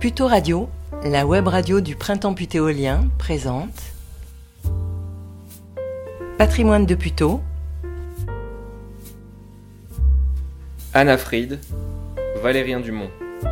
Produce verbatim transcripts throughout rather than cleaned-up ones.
Puteaux Radio, la web radio du Printemps putéolien, présente Patrimoine de Puteaux. Anna Fried, Valérien Dumont.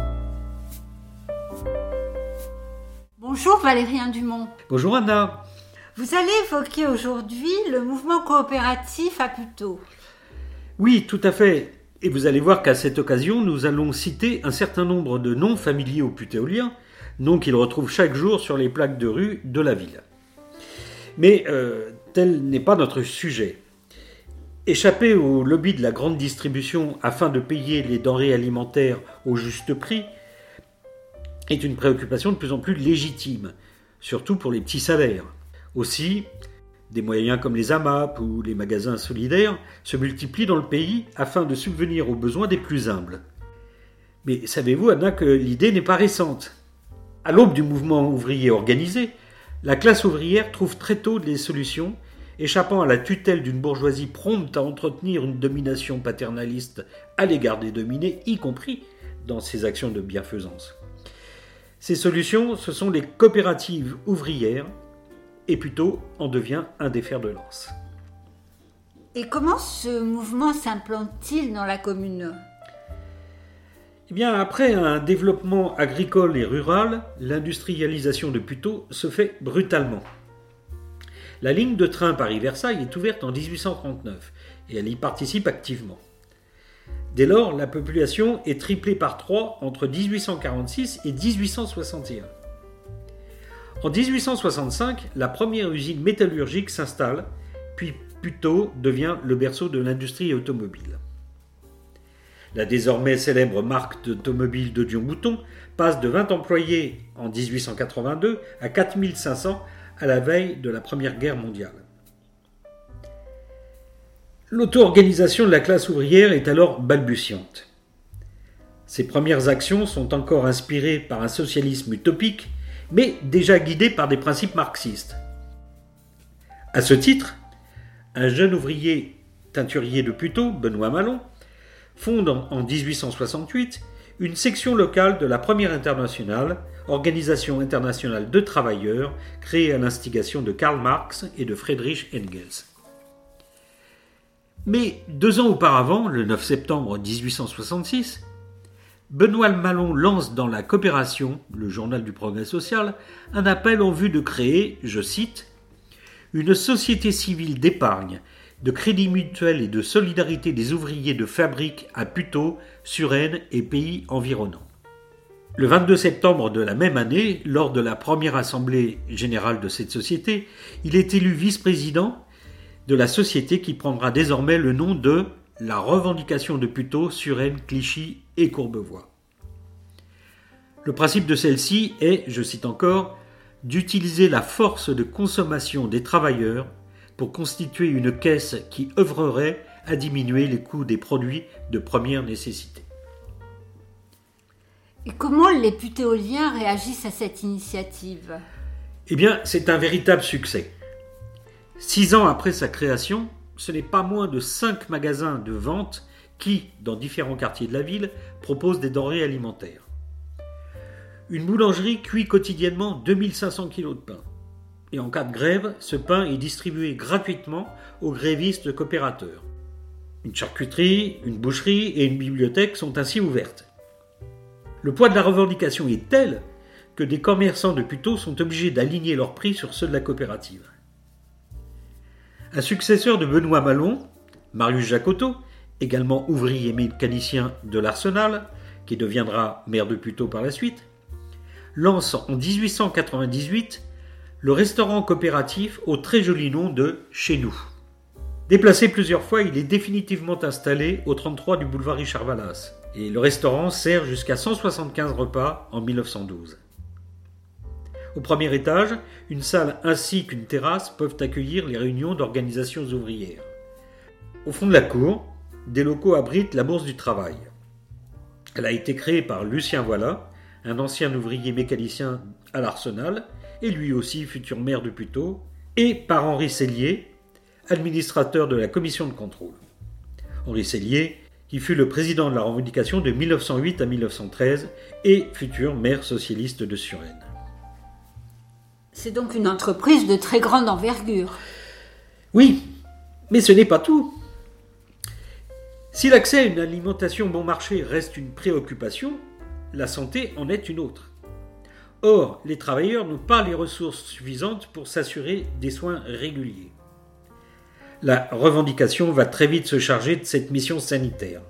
Bonjour Valérien Dumont. Bonjour Anna. Vous allez évoquer aujourd'hui le mouvement coopératif à Puteaux. Oui, tout à fait. Et vous allez voir qu'à cette occasion, nous allons citer un certain nombre de noms familiers aux putéoliens, noms qu'ils retrouvent chaque jour sur les plaques de rue de la ville. Mais euh, tel n'est pas notre sujet. Échapper au lobby de la grande distribution afin de payer les denrées alimentaires au juste prix est une préoccupation de plus en plus légitime, surtout pour les petits salaires. Aussi, des moyens comme les A M A P ou les magasins solidaires se multiplient dans le pays afin de subvenir aux besoins des plus humbles. Mais savez-vous, Anna, que l'idée n'est pas récente. À l'aube du mouvement ouvrier organisé, la classe ouvrière trouve très tôt des solutions, échappant à la tutelle d'une bourgeoisie prompte à entretenir une domination paternaliste à l'égard des dominés, y compris dans ses actions de bienfaisance. Ces solutions, ce sont les coopératives ouvrières, et Puteaux en devient un des fers de lance. Et comment ce mouvement s'implante-t-il dans la commune ? Eh bien, après un développement agricole et rural, l'industrialisation de Puteaux se fait brutalement. La ligne de train Paris-Versailles est ouverte en dix-huit cent trente-neuf et elle y participe activement. Dès lors, la population est triplée par trois entre dix-huit cent quarante-six et dix-huit cent soixante et un. En dix-huit cent soixante-cinq, la première usine métallurgique s'installe, puis Puteaux devient le berceau de l'industrie automobile. La désormais célèbre marque d'automobile de Dion-Bouton passe de vingt employés en dix-huit cent quatre-vingt-deux à quatre mille cinq cents à la veille de la Première Guerre mondiale. L'auto-organisation de la classe ouvrière est alors balbutiante. Ses premières actions sont encore inspirées par un socialisme utopique, mais déjà guidé par des principes marxistes. À ce titre, un jeune ouvrier teinturier de Puteaux, Benoît Malon, fonde en dix-huit cent soixante-huit une section locale de la Première Internationale, organisation internationale de travailleurs créée à l'instigation de Karl Marx et de Friedrich Engels. Mais deux ans auparavant, le neuf septembre dix-huit cent soixante-six, Benoît Malon lance dans La Coopération, le journal du progrès social, un appel en vue de créer, je cite, « une société civile d'épargne, de crédit mutuel et de solidarité des ouvriers de fabrique à Puteaux, Suresnes et pays environnants ». Le vingt-deux septembre de la même année, lors de la première assemblée générale de cette société, il est élu vice-président de la société qui prendra désormais le nom de la revendication de Puteaux, Suresnes, Clichy et Courbevoie. Le principe de celle-ci est, je cite encore, d'utiliser la force de consommation des travailleurs pour constituer une caisse qui œuvrerait à diminuer les coûts des produits de première nécessité. Et comment les putéoliens réagissent à cette initiative ? Eh bien, c'est un véritable succès. Six ans après sa création, ce n'est pas moins de cinq magasins de vente qui, dans différents quartiers de la ville, proposent des denrées alimentaires. Une boulangerie cuit quotidiennement deux mille cinq cents kilos de pain. Et en cas de grève, ce pain est distribué gratuitement aux grévistes coopérateurs. Une charcuterie, une boucherie et une bibliothèque sont ainsi ouvertes. Le poids de la revendication est tel que des commerçants de Puteaux sont obligés d'aligner leurs prix sur ceux de la coopérative. Un successeur de Benoît Malon, Marius Jacotot, également ouvrier mécanicien de l'Arsenal, qui deviendra maire de Puteaux par la suite, lance en dix-huit cent quatre-vingt-dix-huit le restaurant coopératif au très joli nom de « Chez nous ». Déplacé plusieurs fois, il est définitivement installé au trente-trois du boulevard Richard Vallas, et le restaurant sert jusqu'à cent soixante-quinze repas en mille neuf cent douze. Au premier étage, une salle ainsi qu'une terrasse peuvent accueillir les réunions d'organisations ouvrières. Au fond de la cour, des locaux abritent la Bourse du Travail. Elle a été créée par Lucien Voilà, un ancien ouvrier mécanicien à l'Arsenal, et lui aussi futur maire de Puteaux, et par Henri Sellier, administrateur de la commission de contrôle. Henri Sellier, qui fut le président de la revendication de mille neuf cent huit à mille neuf cent treize et futur maire socialiste de Suresnes. C'est donc une entreprise de très grande envergure. Oui, mais ce n'est pas tout. Si l'accès à une alimentation bon marché reste une préoccupation, la santé en est une autre. Or, les travailleurs n'ont pas les ressources suffisantes pour s'assurer des soins réguliers. La revendication va très vite se charger de cette mission sanitaire.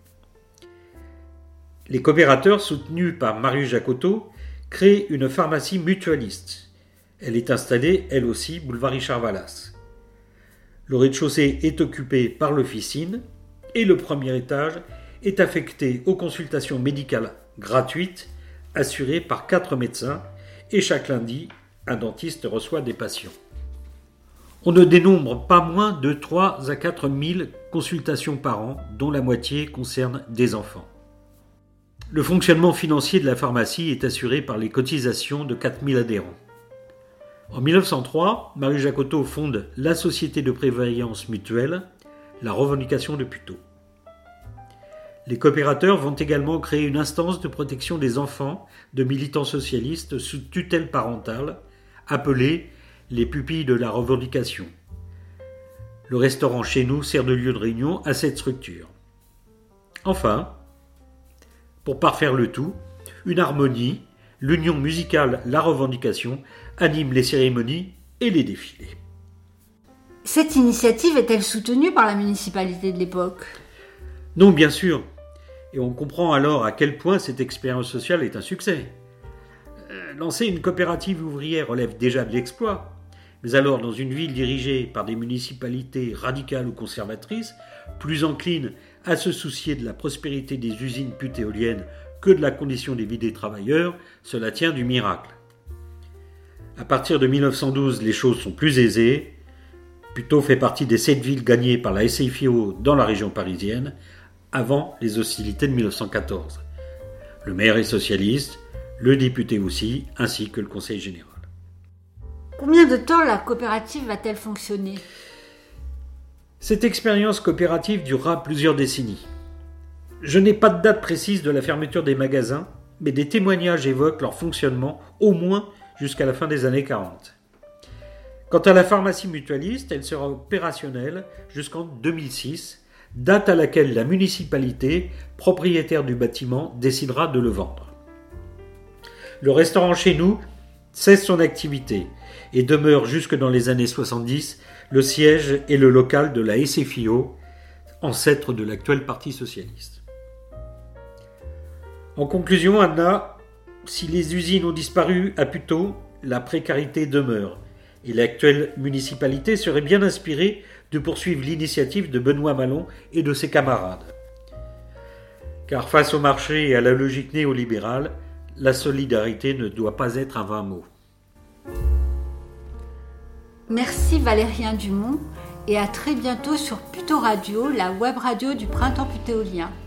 Les coopérateurs, soutenus par Marius Jacotot, créent une pharmacie mutualiste. Elle est installée, elle aussi, boulevard Richard Vallas. Le rez-de-chaussée est occupé par l'officine et le premier étage est affecté aux consultations médicales gratuites assurées par quatre médecins et chaque lundi, un dentiste reçoit des patients. On ne dénombre pas moins de trois à quatre mille consultations par an, dont la moitié concerne des enfants. Le fonctionnement financier de la pharmacie est assuré par les cotisations de quatre mille adhérents. En mille neuf cent trois, Marius Jacotot fonde la Société de prévoyance mutuelle, la revendication de Puteaux. Les coopérateurs vont également créer une instance de protection des enfants de militants socialistes sous tutelle parentale, appelée les pupilles de la revendication. Le restaurant Chez Nous sert de lieu de réunion à cette structure. Enfin, pour parfaire le tout, une harmonie, l'union musicale La Revendication anime les cérémonies et les défilés. Cette initiative est-elle soutenue par la municipalité de l'époque ? Non, bien sûr. Et on comprend alors à quel point cette expérience sociale est un succès. Euh, lancer une coopérative ouvrière relève déjà de l'exploit. Mais alors, dans une ville dirigée par des municipalités radicales ou conservatrices, plus enclines à se soucier de la prospérité des usines putéoliennes que de la condition des vies des travailleurs, cela tient du miracle. À partir de mille neuf cent douze, les choses sont plus aisées. Puteaux fait partie des sept villes gagnées par la S F I O dans la région parisienne, avant les hostilités de mille neuf cent quatorze. Le maire est socialiste, le député aussi, ainsi que le conseil général. Combien de temps la coopérative va-t-elle fonctionner ? Cette expérience coopérative durera plusieurs décennies. Je n'ai pas de date précise de la fermeture des magasins, mais des témoignages évoquent leur fonctionnement au moins jusqu'à la fin des années quarante. Quant à la pharmacie mutualiste, elle sera opérationnelle jusqu'en deux mille six, date à laquelle la municipalité, propriétaire du bâtiment, décidera de le vendre. Le restaurant Chez Nous cesse son activité et demeure jusque dans les années soixante-dix le siège et le local de la S F I O, ancêtre de l'actuel Parti socialiste. En conclusion, Anna, si les usines ont disparu à Puteaux, la précarité demeure et l'actuelle municipalité serait bien inspirée de poursuivre l'initiative de Benoît Malon et de ses camarades. Car face au marché et à la logique néolibérale, la solidarité ne doit pas être un vain mot. Merci Valérien Dumont et à très bientôt sur Puteaux Radio, la web radio du Printemps putéolien.